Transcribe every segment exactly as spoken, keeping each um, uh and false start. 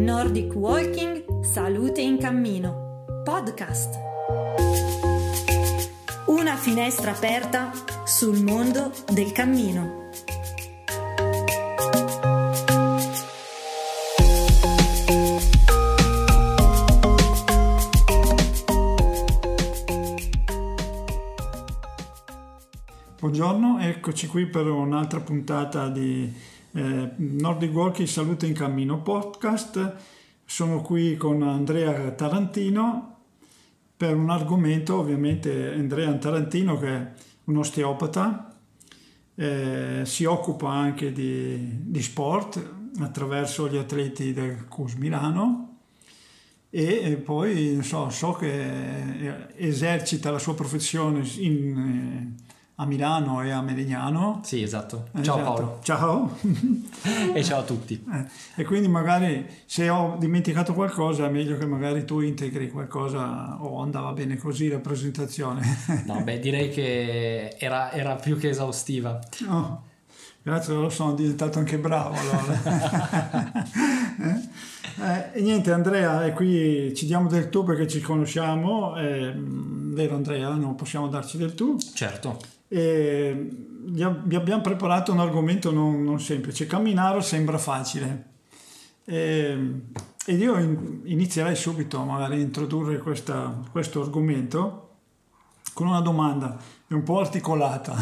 Nordic Walking, Salute in Cammino, podcast. Una finestra aperta sul mondo del cammino. Buongiorno, eccoci qui per un'altra puntata di eh, Nordic Walking, Salute in Cammino podcast. Sono qui con Andrea Tarantino per un argomento, ovviamente Andrea Tarantino che è un osteopata, eh, si occupa anche di, di sport attraverso gli atleti del C U S Milano e, e poi so, so che esercita la sua professione in, a Milano e a Melegnano. Sì, esatto. Ciao esatto. Paolo. Ciao. E ciao a tutti. Eh, e quindi magari se ho dimenticato qualcosa è meglio che magari tu integri qualcosa o andava bene così la presentazione. No, beh, direi che era, era più che esaustiva. Oh, grazie, lo sono diventato anche bravo allora. eh? Eh, e niente, Andrea, e qui ci diamo del tu perché ci conosciamo, eh, vero Andrea? Non possiamo darci del tu? Certo. E vi abbiamo preparato un argomento non, non semplice. Camminare sembra facile e, ed io in, inizierei subito magari a introdurre questa, questo argomento con una domanda, è un po' articolata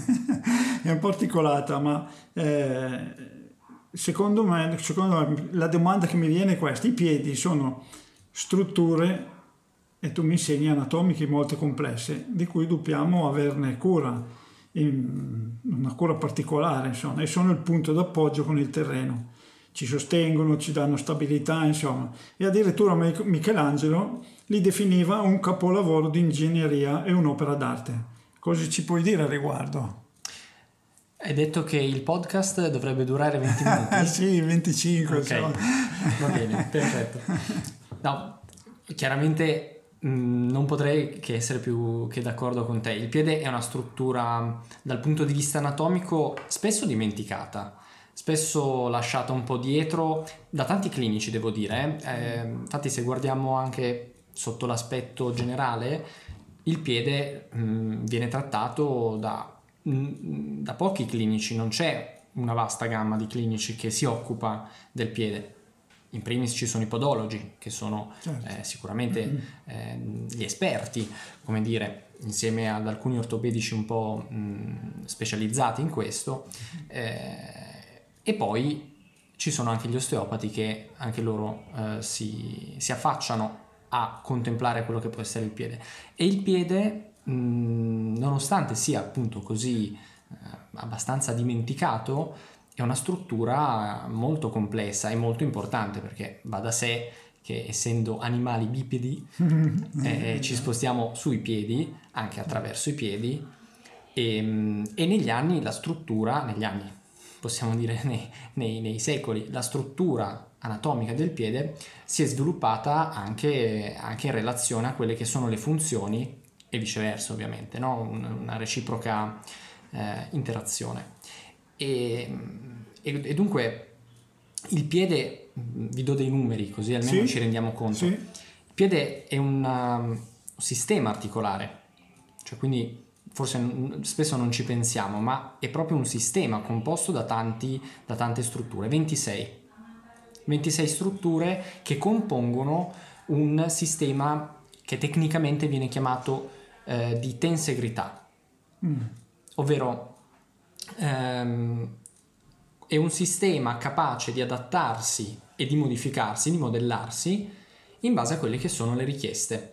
è un po' articolata ma eh, secondo me, secondo me la domanda che mi viene è questa: i piedi sono strutture, e tu mi insegni, anatomiche molto complesse di cui dobbiamo averne cura, in una cura particolare, insomma, e sono il punto d'appoggio con il terreno, ci sostengono, ci danno stabilità, insomma, e addirittura Michelangelo li definiva un capolavoro di ingegneria e un'opera d'arte. Cosa ci puoi dire al riguardo? Hai detto che il podcast dovrebbe durare venti minuti? Sì, venticinque. Ok, va bene, perfetto. No, chiaramente non potrei che essere più che d'accordo con te. Il piede è una struttura dal punto di vista anatomico spesso dimenticata, spesso lasciata un po' dietro da tanti clinici, devo dire. Eh, infatti se guardiamo anche sotto l'aspetto generale, il piede mh, viene trattato da, mh, da pochi clinici, non c'è una vasta gamma di clinici che si occupa del piede. In primis ci sono i podologi, che sono certo. eh, sicuramente eh, gli esperti, come dire, insieme ad alcuni ortopedici un po' mh, specializzati in questo, eh, e poi ci sono anche gli osteopati che anche loro eh, si, si affacciano a contemplare quello che può essere il piede. E il piede, mh, nonostante sia appunto così eh, abbastanza dimenticato, è una struttura molto complessa e molto importante, perché va da sé che essendo animali bipedi eh, ci spostiamo sui piedi, anche attraverso i piedi, e, e negli anni la struttura, negli anni possiamo dire nei, nei, nei secoli, la struttura anatomica del piede si è sviluppata anche, anche in relazione a quelle che sono le funzioni e viceversa, ovviamente, no? Una reciproca eh, interazione. E, e dunque il piede, vi do dei numeri così almeno sì, ci rendiamo conto. Sì. Il piede è un, um, sistema articolare, cioè quindi forse n- spesso non ci pensiamo, ma è proprio un sistema composto da, tanti, da tante strutture, ventisei strutture che compongono un sistema che tecnicamente viene chiamato eh, di tensegrità, mm. ovvero Um, è un sistema capace di adattarsi e di modificarsi, di modellarsi in base a quelle che sono le richieste.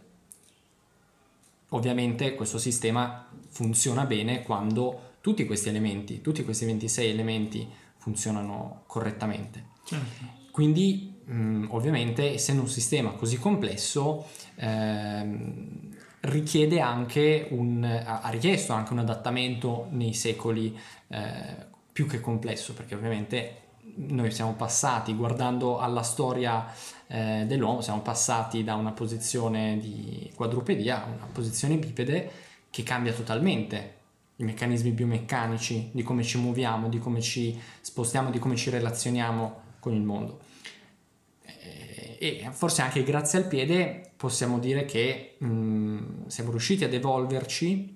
Ovviamente questo sistema funziona bene quando tutti questi elementi, tutti questi ventisei elementi funzionano correttamente. Certo. Quindi mh, ovviamente essendo un sistema così complesso ehm, richiede anche un, ha richiesto anche un adattamento nei secoli eh, più che complesso, perché ovviamente noi siamo passati, guardando alla storia eh, dell'uomo, siamo passati da una posizione di quadrupedia a una posizione bipede che cambia totalmente i meccanismi biomeccanici di come ci muoviamo, di come ci spostiamo, di come ci relazioniamo con il mondo. e forse anche grazie al piede possiamo dire che mh, siamo riusciti ad evolverci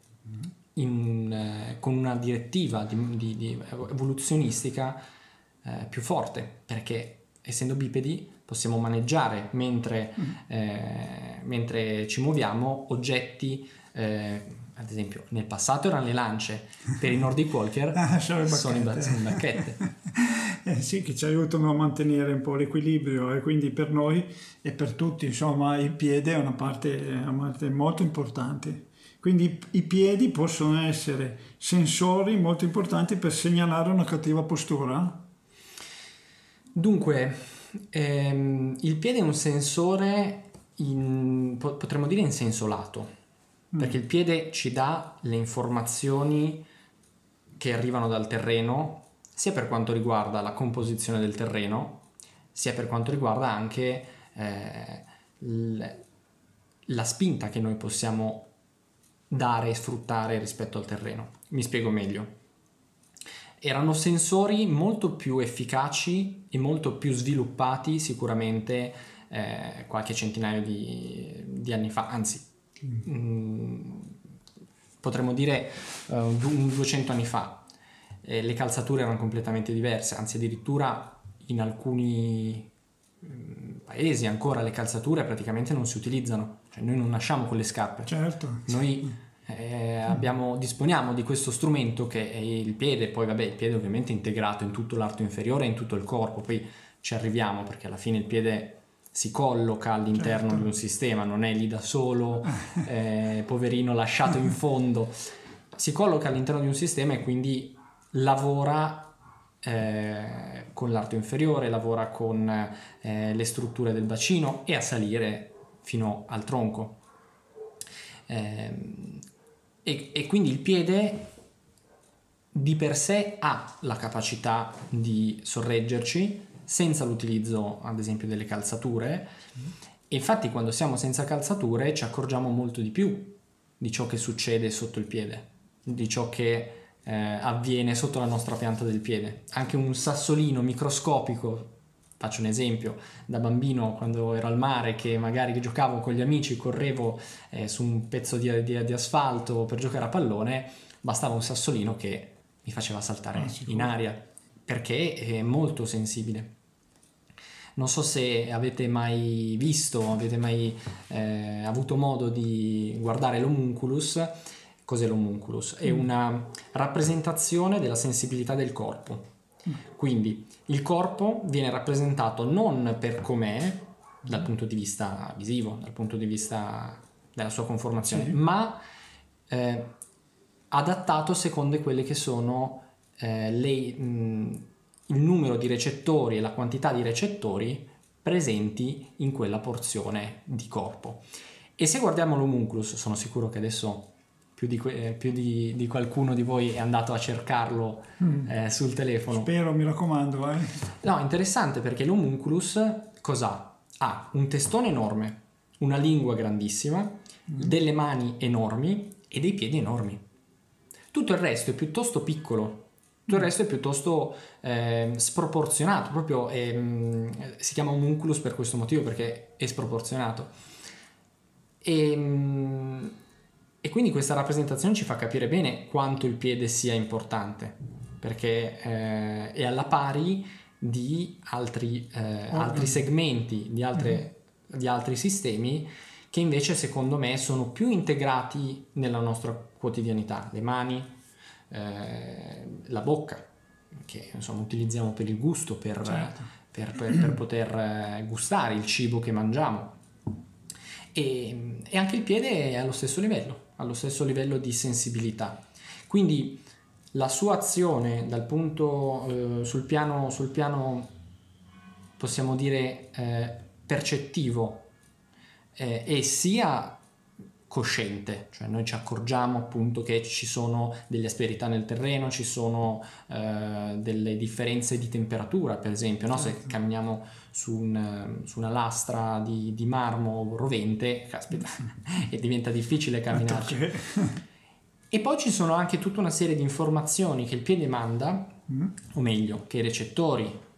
in, eh, con una direttiva di, di, di evoluzionistica eh, più forte, perché essendo bipedi possiamo maneggiare mentre, mm. eh, mentre ci muoviamo oggetti, eh, ad esempio nel passato erano le lance, per i Nordic Walker ah, sono, sono, in sono in bacchette. Eh sì, che ci aiutano a mantenere un po' l'equilibrio, e quindi per noi e per tutti, insomma, il piede è una parte, una parte molto importante. Quindi i piedi possono essere sensori molto importanti per segnalare una cattiva postura? Dunque, ehm, il piede è un sensore, in, potremmo dire in senso lato, mm. perché il piede ci dà le informazioni che arrivano dal terreno, sia per quanto riguarda la composizione del terreno, sia per quanto riguarda anche eh, l- la spinta che noi possiamo dare e sfruttare rispetto al terreno. Mi spiego meglio. Erano sensori molto più efficaci e molto più sviluppati sicuramente eh, qualche centinaio di, di anni fa, anzi mm. mh, potremmo dire uh, un duecento anni fa. Eh, le calzature erano completamente diverse, anzi addirittura in alcuni mh, paesi ancora le calzature praticamente non si utilizzano, cioè noi non nasciamo con le scarpe. Certo. Noi eh, abbiamo, disponiamo di questo strumento che è il piede, poi vabbè il piede ovviamente è integrato in tutto l'arto inferiore e in tutto il corpo, poi ci arriviamo perché alla fine il piede si colloca all'interno certo. di un sistema, non è lì da solo, eh, poverino lasciato in fondo, si colloca all'interno di un sistema e quindi lavora eh, con l'arto inferiore, lavora con eh, le strutture del bacino e a salire fino al tronco. Eh, e, e quindi il piede di per sé ha la capacità di sorreggerci senza l'utilizzo ad esempio delle calzature, mm. e infatti quando siamo senza calzature ci accorgiamo molto di più di ciò che succede sotto il piede, di ciò che eh, avviene sotto la nostra pianta del piede. Anche un sassolino microscopico, faccio un esempio, da bambino quando ero al mare che magari giocavo con gli amici, correvo eh, su un pezzo di, di, di asfalto per giocare a pallone, bastava un sassolino che mi faceva saltare ah, in aria, perché è molto sensibile. Non so se avete mai visto, avete mai eh, avuto modo di guardare l'homunculus. Cos'è l'homunculus? È una rappresentazione della sensibilità del corpo. Quindi il corpo viene rappresentato non per com'è dal punto di vista visivo, dal punto di vista della sua conformazione, sì. ma eh, adattato secondo quelle che sono eh, le, mh, il numero di recettori e la quantità di recettori presenti in quella porzione di corpo. E se guardiamo l'homunculus, sono sicuro che adesso più di, que- più di, di qualcuno di voi è andato a cercarlo mm. eh, sul telefono. Spero, mi raccomando. Eh. No, interessante perché l'homunculus cos'ha? Ha un testone enorme, una lingua grandissima, mm. delle mani enormi e dei piedi enormi. Tutto il resto è piuttosto piccolo, tutto il resto è piuttosto eh, sproporzionato, proprio eh, si chiama homunculus per questo motivo, perché è sproporzionato. E, e quindi questa rappresentazione ci fa capire bene quanto il piede sia importante, perché eh, è alla pari di altri, eh, oh, altri segmenti, di, altre, mm. di altri sistemi che invece secondo me sono più integrati nella nostra quotidianità. Le mani, eh, la bocca, che insomma utilizziamo per il gusto, per, certo. per, per, per poter gustare il cibo che mangiamo. E, e anche il piede è allo stesso livello, allo stesso livello di sensibilità. Quindi la sua azione dal punto eh, sul piano, sul piano possiamo dire eh, percettivo eh, è sia cosciente, cioè noi ci accorgiamo appunto che ci sono delle asperità nel terreno, ci sono eh, delle differenze di temperatura, per esempio, no? Se camminiamo su, un, su una lastra di, di marmo rovente, caspita, e diventa difficile camminarci. E poi ci sono anche tutta una serie di informazioni che il piede manda, mm. o meglio, che i recettori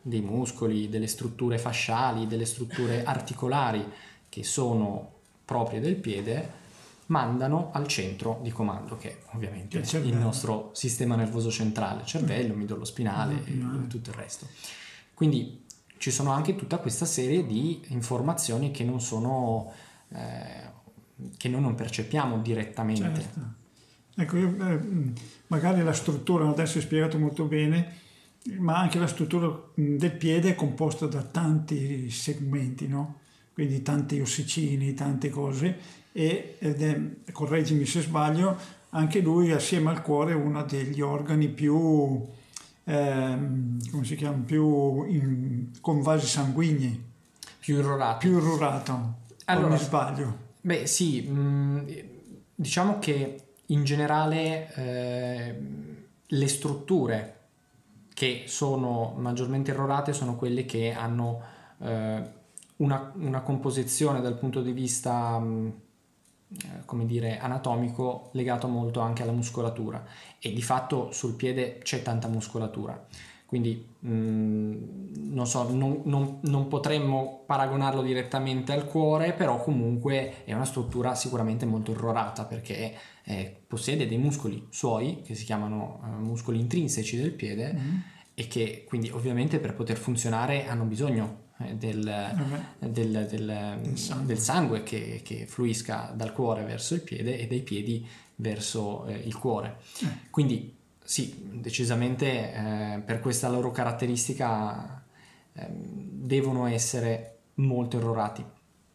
dei muscoli, delle strutture fasciali, delle strutture articolari che sono proprie del piede, mandano al centro di comando, che ovviamente è il nostro sistema nervoso centrale, cervello, midollo spinale e tutto il resto. Quindi ci sono anche tutta questa serie di informazioni che non sono eh, che noi non percepiamo direttamente. Certo. Ecco, io, eh, magari la struttura, adesso hai spiegato molto bene, ma anche la struttura del piede è composta da tanti segmenti, no? Quindi tanti ossicini, tante cose, e, ed è, correggimi se sbaglio, anche lui assieme al cuore è uno degli organi più, eh, come si chiama, più in, con vasi sanguigni. Più irrorato. Più irrorato, allora, o mi sbaglio? Beh sì, mh, diciamo che in generale eh, le strutture che sono maggiormente irrorate sono quelle che hanno eh, una, una composizione dal punto di vista mh, come dire anatomico legato molto anche alla muscolatura, e di fatto sul piede c'è tanta muscolatura, quindi mh, non so, non, non, non potremmo paragonarlo direttamente al cuore, però comunque è una struttura sicuramente molto irrorata, perché eh, possiede dei muscoli suoi che si chiamano uh, muscoli intrinseci del piede, mm-hmm. e che quindi ovviamente per poter funzionare hanno bisogno eh, del, uh-huh. del, del, del sangue, del sangue che, che fluisca dal cuore verso il piede e dai piedi verso eh, il cuore. Uh-huh. Quindi sì, decisamente eh, per questa loro caratteristica eh, devono essere molto irrorati.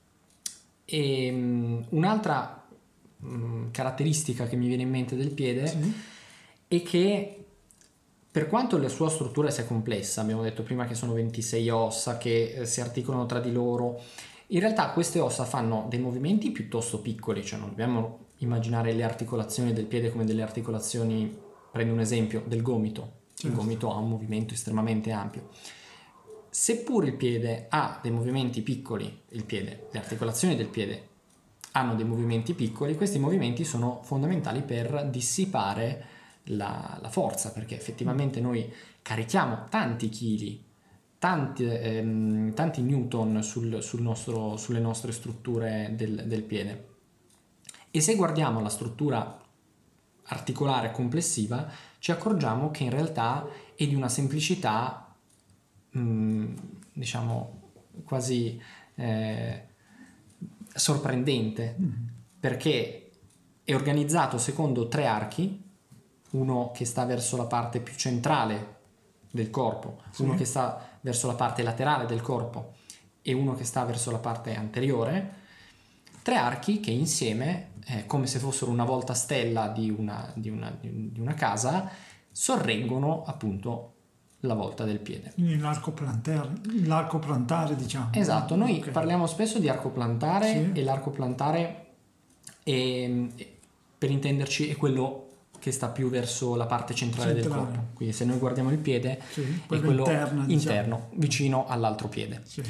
E um, un'altra um, caratteristica che mi viene in mente del piede, sì, è che per quanto la sua struttura sia complessa, abbiamo detto prima che sono ventisei ossa che eh, si articolano tra di loro, in realtà queste ossa fanno dei movimenti piuttosto piccoli, cioè non dobbiamo immaginare le articolazioni del piede come delle articolazioni, prendo un esempio, del gomito. Il gomito ha un movimento estremamente ampio. Seppur il piede ha dei movimenti piccoli, il piede, le articolazioni del piede hanno dei movimenti piccoli, questi movimenti sono fondamentali per dissipare la, la forza, perché effettivamente noi carichiamo tanti chili, tanti, ehm, tanti newton sul, sul nostro, sulle nostre strutture del, del piede, e se guardiamo la struttura articolare complessiva ci accorgiamo che in realtà è di una semplicità mh, diciamo quasi eh, sorprendente, mm-hmm. perché è organizzato secondo tre archi, uno che sta verso la parte più centrale del corpo, sì. uno che sta verso la parte laterale del corpo e uno che sta verso la parte anteriore, tre archi che insieme, eh, come se fossero una volta stella di una, di una, di una casa, sorreggono appunto la volta del piede. Quindi l'arco plantare, l'arco plantare diciamo. Esatto, noi okay. parliamo spesso di arco plantare, sì. e l'arco plantare è, per intenderci è quello che sta più verso la parte centrale, centrale. del corpo. Quindi se noi guardiamo il piede, sì, è quello interna, interno, diciamo. vicino all'altro piede. Sì.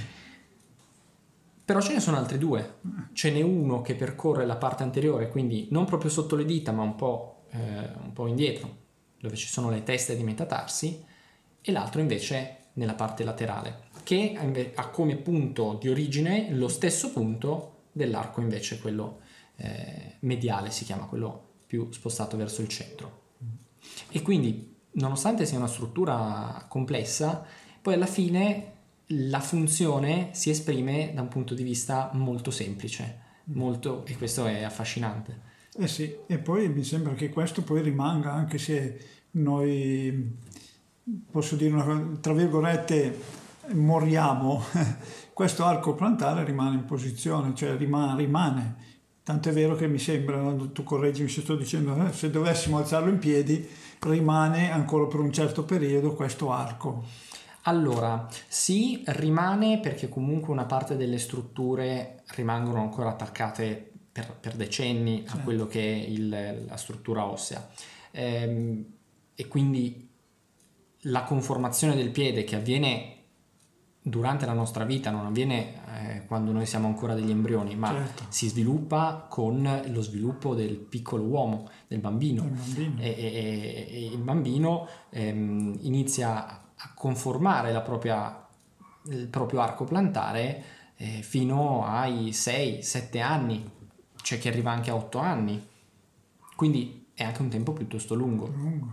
Però ce ne sono altri due. Ce n'è uno che percorre la parte anteriore, quindi non proprio sotto le dita, ma un po', eh, un po' indietro, dove ci sono le teste di metatarsi, e l'altro invece nella parte laterale, che ha come punto di origine lo stesso punto dell'arco, invece quello eh, mediale si chiama, quello più spostato verso il centro. E quindi, nonostante sia una struttura complessa, poi alla fine la funzione si esprime da un punto di vista molto semplice, molto, e questo è affascinante. Eh sì, e poi mi sembra che questo poi rimanga, anche se noi, posso dire una, tra virgolette, moriamo, questo arco plantare rimane in posizione, cioè rimane, rimane. Tanto è vero che mi sembra, tu correggimi se sto dicendo, eh, se dovessimo alzarlo in piedi, rimane ancora per un certo periodo questo arco. Allora, sì, rimane, perché comunque una parte delle strutture rimangono ancora attaccate per, per decenni sì. a quello che è il, la struttura ossea. Ehm, e quindi la conformazione del piede, che avviene durante la nostra vita, non avviene eh, quando noi siamo ancora degli embrioni, ma certo. si sviluppa con lo sviluppo del piccolo uomo, del bambino. Il bambino. E, e, e il bambino ehm, inizia a conformare la propria, il proprio arco plantare eh, fino ai sei sette anni, c'è chi arriva anche a otto anni, quindi è anche un tempo piuttosto lungo. lungo.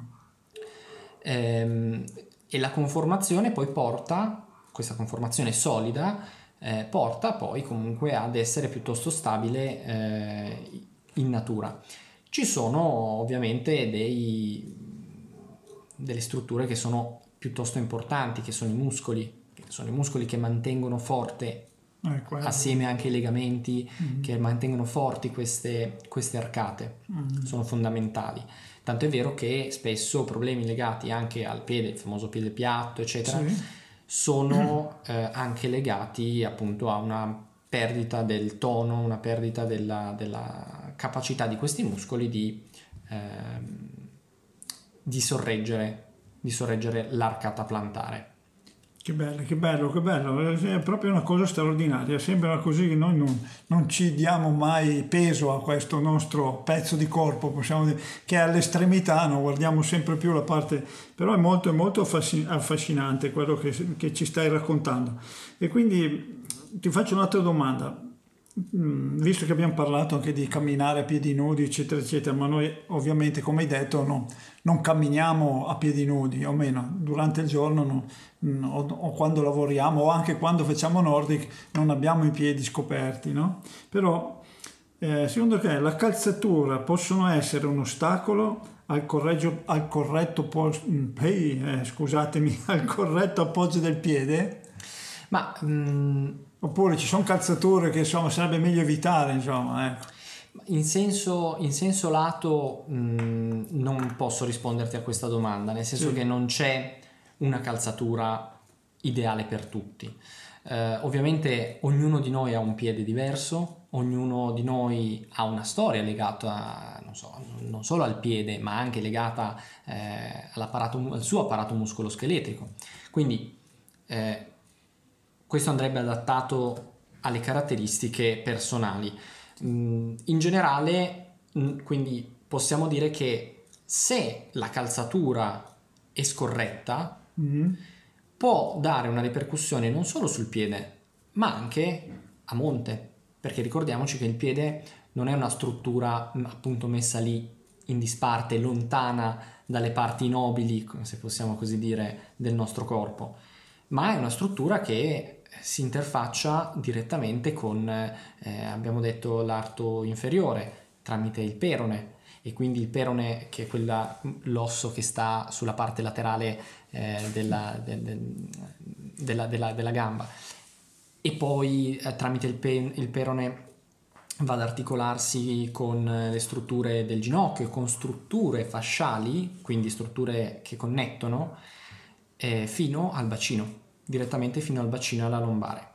Ehm, e la conformazione poi porta, questa conformazione solida, eh, porta poi comunque ad essere piuttosto stabile eh, in natura. Ci sono ovviamente dei, delle strutture che sono piuttosto importanti, che sono i muscoli, che sono i muscoli che mantengono forte, Eh, assieme anche ai legamenti, mm. che mantengono forti queste, queste arcate, mm. sono fondamentali. Tanto è vero che spesso problemi legati anche al piede, il famoso piede piatto, eccetera, Sì. sono eh, anche legati appunto a una perdita del tono, una perdita della, della capacità di questi muscoli di, ehm, di sorreggere, di sorreggere l'arcata plantare. Che bello, che bello, che bello, è proprio una cosa straordinaria, sembra così che noi non, non ci diamo mai peso a questo nostro pezzo di corpo, possiamo dire, che è all'estremità, no? Guardiamo sempre più la parte, però è molto, è molto affascinante quello che, che ci stai raccontando. E quindi ti faccio un'altra domanda, visto che abbiamo parlato anche di camminare a piedi nudi, eccetera, eccetera, ma noi ovviamente, come hai detto, no, non camminiamo a piedi nudi, o meno, durante il giorno no, o, o quando lavoriamo o anche quando facciamo Nordic non abbiamo i piedi scoperti, no? Però eh, secondo te la calzatura possono essere un ostacolo al, correggio, al corretto pos, eh, scusatemi, al corretto appoggio del piede? Ma mh... Oppure ci sono calzature che insomma sarebbe meglio evitare, insomma, ecco. In senso, in senso lato mh, non posso risponderti a questa domanda, nel senso sì. che non c'è una calzatura ideale per tutti. Eh, ovviamente ognuno di noi ha un piede diverso, ognuno di noi ha una storia legata, non so, non solo al piede, ma anche legata eh, all'apparato, al suo apparato muscoloscheletrico. Quindi eh, questo andrebbe adattato alle caratteristiche personali. In generale, quindi possiamo dire che se la calzatura è scorretta, mm-hmm. può dare una ripercussione non solo sul piede, ma anche a monte, perché ricordiamoci che il piede non è una struttura appunto messa lì in disparte, lontana dalle parti nobili, se possiamo così dire, del nostro corpo, ma è una struttura che si interfaccia direttamente con, eh, abbiamo detto, l'arto inferiore tramite il perone, e quindi il perone, che è quella, l'osso che sta sulla parte laterale eh, della, de, de, della, della, della gamba, e poi eh, tramite il, pe, il perone va ad articolarsi con le strutture del ginocchio, con strutture fasciali, quindi strutture che connettono eh, fino al bacino, direttamente fino al bacino e alla lombare.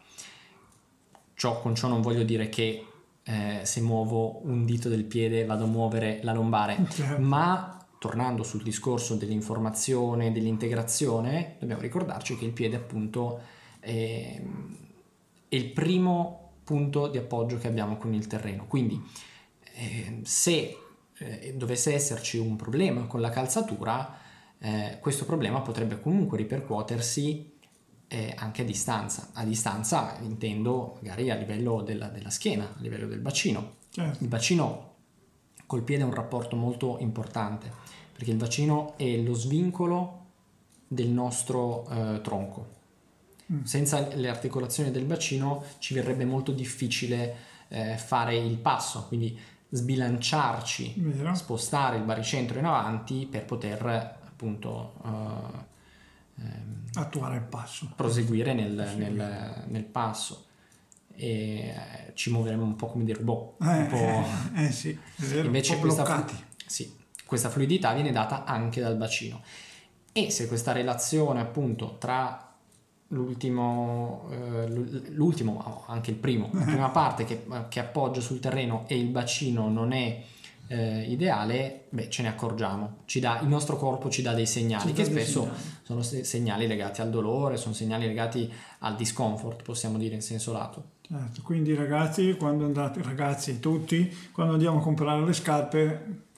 Ciò, con ciò non voglio dire che eh, se muovo un dito del piede vado a muovere la lombare, certo. Ma tornando sul discorso dell'informazione, dell'integrazione, dobbiamo ricordarci che il piede appunto è, è il primo punto di appoggio che abbiamo con il terreno. Quindi eh, se eh, dovesse esserci un problema con la calzatura, eh, questo problema potrebbe comunque ripercuotersi Eh, anche a distanza. A distanza intendo magari a livello della, della schiena, a livello del bacino. Certo. Il bacino col piede è un rapporto molto importante, perché il bacino è lo svincolo del nostro eh, tronco. Mm. Senza le articolazioni del bacino ci verrebbe molto difficile eh, fare il passo, quindi sbilanciarci, Vero. spostare il baricentro in avanti per poter appunto eh, attuare il passo, proseguire nel, nel, nel passo, e eh, ci muoveremo un po' come dei robot, eh, un po'... eh, eh sì, è vero, invece un po' questa, bloccati. sì, questa fluidità viene data anche dal bacino, e se questa relazione appunto tra l'ultimo, eh, l'ultimo anche il primo, la prima parte che, che appoggia sul terreno e il bacino non è Eh, ideale, beh, ce ne accorgiamo, ci dà, il nostro corpo ci dà dei segnali, che spesso segnali. sono segnali legati al dolore, sono segnali legati al discomfort, possiamo dire in senso lato. Certo, quindi ragazzi, quando andate, ragazzi tutti, quando andiamo a comprare le scarpe,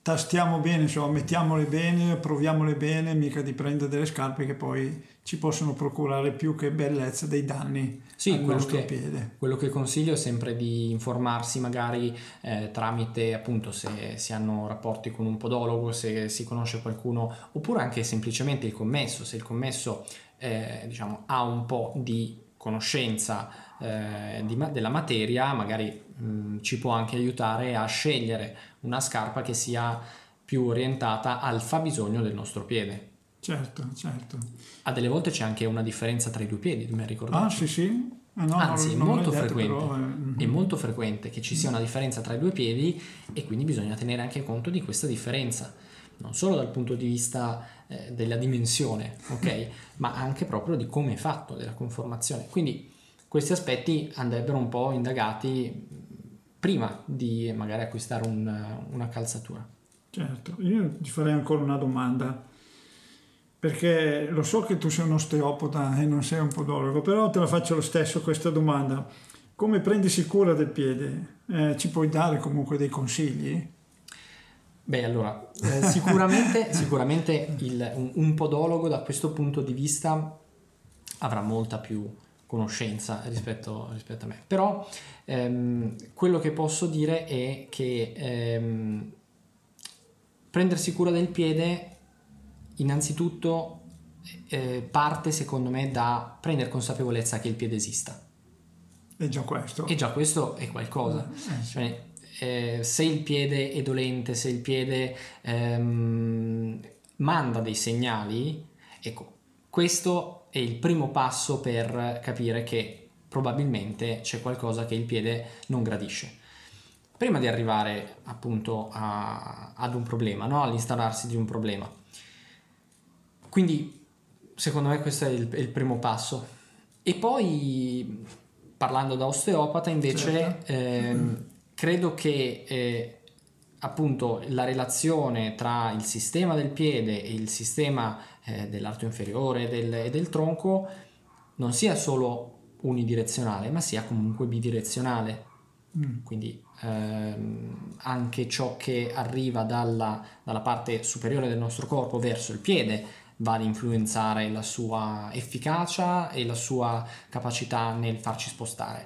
tastiamo bene, insomma, mettiamole bene, proviamole bene, mica di prendere delle scarpe che poi ci possono procurare più che bellezza dei danni sì, al nostro che, piede. Quello che consiglio è sempre di informarsi magari eh, tramite, appunto, se si hanno rapporti con un podologo, se si conosce qualcuno, oppure anche semplicemente il commesso, se il commesso eh, diciamo ha un po' di conoscenza eh, di, della materia, magari mh, ci può anche aiutare a scegliere una scarpa che sia più orientata al fabbisogno del nostro piede. Certo, certo. A delle volte c'è anche una differenza tra i due piedi, mi ricordo. Ah, sì, sì. Ah, no, Anzi, non, è molto non detto, frequente. Però, eh. È molto frequente che ci sia una differenza tra i due piedi e quindi bisogna tenere anche conto di questa differenza, non solo dal punto di vista eh, della dimensione, ok? Ma anche proprio di come è fatto, della conformazione. Quindi questi aspetti andrebbero un po' indagati prima di magari acquistare un, una calzatura. Certo, io ti farei ancora una domanda, perché lo so che tu sei un osteopata e non sei un podologo, però te la faccio lo stesso questa domanda. Come prendi cura del piede? Eh, ci puoi dare comunque dei consigli? Beh, allora, eh, sicuramente, sicuramente il, un, un podologo da questo punto di vista avrà molta più conoscenza rispetto, rispetto a me. Però ehm, quello che posso dire è che ehm, prendersi cura del piede innanzitutto eh, parte secondo me da prendere consapevolezza che il piede esista. È già questo. E già questo è qualcosa. Eh, sì. Cioè, eh, se il piede è dolente, se il piede ehm, manda dei segnali, ecco, questo è il primo passo per capire che probabilmente c'è qualcosa che il piede non gradisce. Prima di arrivare appunto a, ad un problema, no? All'installarsi di un problema. Quindi secondo me questo è il, è il primo passo. E poi, parlando da osteopata, invece Certo. ehm, credo che eh, appunto la relazione tra il sistema del piede e il sistema eh, dell'arto inferiore e del, e del tronco non sia solo unidirezionale, ma sia comunque bidirezionale. Mm. Quindi ehm, anche ciò che arriva dalla, dalla parte superiore del nostro corpo verso il piede va ad influenzare la sua efficacia e la sua capacità nel farci spostare.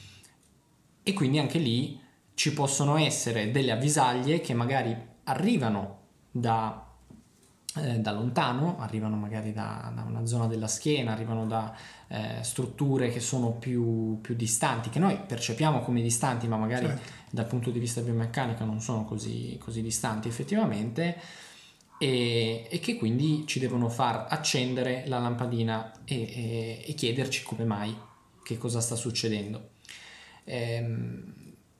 E quindi anche lì ci possono essere delle avvisaglie che magari arrivano da, eh, da lontano, arrivano magari da, da una zona della schiena, arrivano da eh, strutture che sono più, più distanti, che noi percepiamo come distanti, ma magari certo. Dal punto di vista biomeccanico non sono così, così distanti effettivamente. E, e che quindi ci devono far accendere la lampadina e, e, e chiederci come mai, che cosa sta succedendo. Ehm,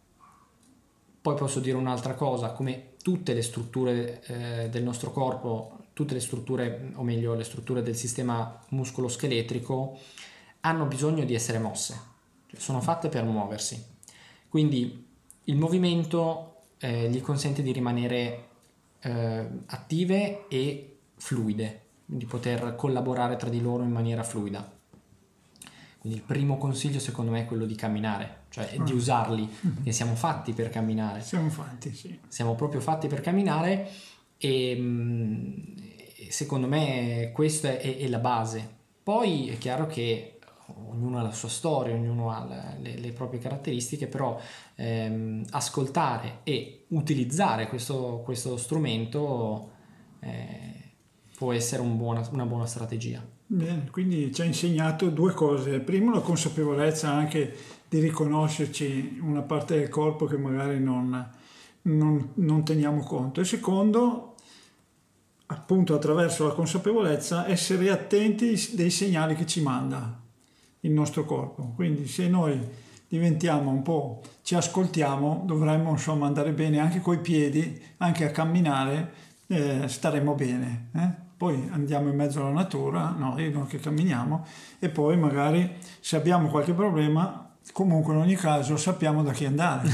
poi posso dire un'altra cosa: come tutte le strutture eh, del nostro corpo, tutte le strutture, o meglio le strutture del sistema muscolo-scheletrico, hanno bisogno di essere mosse, cioè sono fatte per muoversi, quindi il movimento eh, gli consente di rimanere Eh, attive e fluide, di poter collaborare tra di loro in maniera fluida. Quindi il primo consiglio secondo me è quello di camminare, cioè ah. di usarli, perché siamo fatti per camminare. Siamo fatti, sì. Siamo proprio fatti per camminare e mh, secondo me questa è, è la base. Poi è chiaro che ognuno ha la sua storia, ognuno ha le, le proprie caratteristiche, però ehm, ascoltare e utilizzare questo, questo strumento eh, può essere un buona, una buona strategia. Bene, quindi ci ha insegnato due cose. Primo, la consapevolezza anche di riconoscerci una parte del corpo che magari non, non, non teniamo conto. E secondo, appunto attraverso la consapevolezza, essere attenti dei segnali che ci manda il nostro corpo. Quindi se noi diventiamo un po', ci ascoltiamo, dovremmo insomma andare bene anche coi piedi, anche a camminare eh, staremo bene. Eh? Poi andiamo in mezzo alla natura, noi no, che camminiamo, e poi magari se abbiamo qualche problema, comunque in ogni caso sappiamo da chi andare.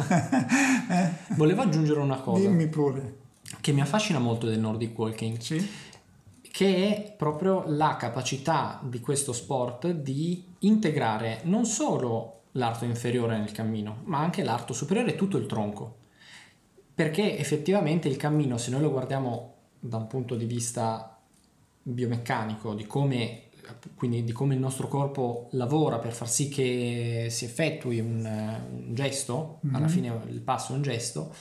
eh? Volevo aggiungere una cosa. Dimmi pure. Che mi affascina molto del Nordic Walking. Sì. Che è proprio la capacità di questo sport di integrare non solo l'arto inferiore nel cammino, ma anche l'arto superiore e tutto il tronco. perché effettivamente il cammino, se noi lo guardiamo da un punto di vista biomeccanico, di come, quindi di come il nostro corpo lavora per far sì che si effettui un, un gesto, mm-hmm. alla fine il passo è un gesto,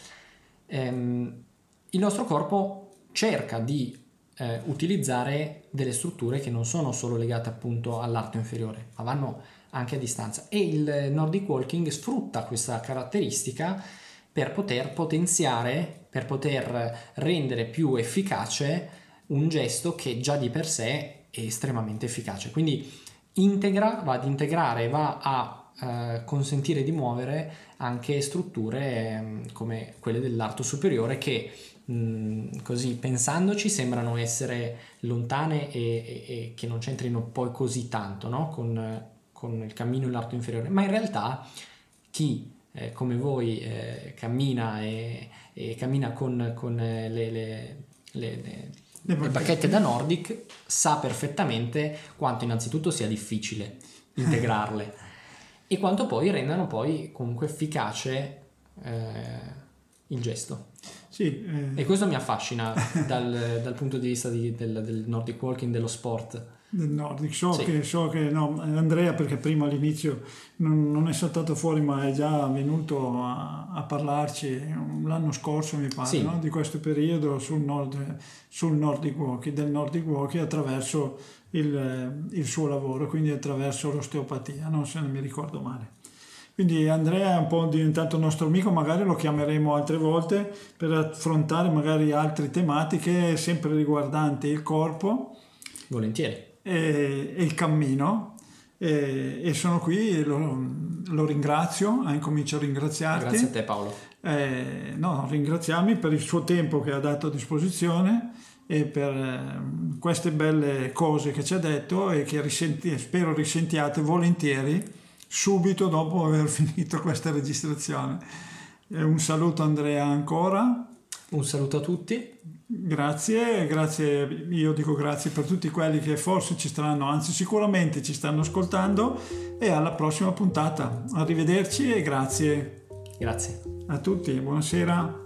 ehm, il nostro corpo cerca di eh, utilizzare delle strutture che non sono solo legate appunto all'arto inferiore, ma vanno anche a distanza, e il Nordic Walking sfrutta questa caratteristica per poter potenziare, per poter rendere più efficace un gesto che già di per sé è estremamente efficace. Quindi integra, va ad integrare, va a eh, consentire di muovere anche strutture eh, come quelle dell'arto superiore che mh, così pensandoci sembrano essere lontane e, e, e che non c'entrino poi così tanto, no? con, con il cammino e l'arto inferiore, ma in realtà chi eh, come voi eh, cammina e, e cammina con, con le, le, le, le, le bacchette da Nordic sa perfettamente quanto innanzitutto sia difficile integrarle e quanto poi rendano poi comunque efficace eh, il gesto. Sì, eh. E questo mi affascina dal, dal punto di vista di, del, del Nordic Walking, dello sport. Del Nordic, so sì. che, so che no, Andrea, perché prima all'inizio non, non è saltato fuori, ma è già venuto a, a parlarci l'anno scorso, mi pare, sì. no? Di questo periodo sul, nord, sul Nordic Walking, del Nordic Walking attraverso il, il suo lavoro, quindi attraverso l'osteopatia, no? Se non mi ricordo male. Quindi Andrea è un po' diventato nostro amico, magari lo chiameremo altre volte per affrontare magari altre tematiche sempre riguardanti il corpo. Volentieri. E, e il cammino e, e sono qui, lo, lo ringrazio, eh, comincio a ringraziarti. Grazie a te Paolo. Eh, no, ringraziarmi per il suo tempo che ha dato a disposizione e per eh, queste belle cose che ci ha detto e che risenti, spero risentiate volentieri subito dopo aver finito questa registrazione. Eh, un saluto Andrea ancora. Un saluto a tutti. Grazie, grazie, io dico grazie per tutti quelli che forse ci staranno, anzi sicuramente ci stanno ascoltando, e alla prossima puntata. Arrivederci e grazie. Grazie. A tutti, buonasera.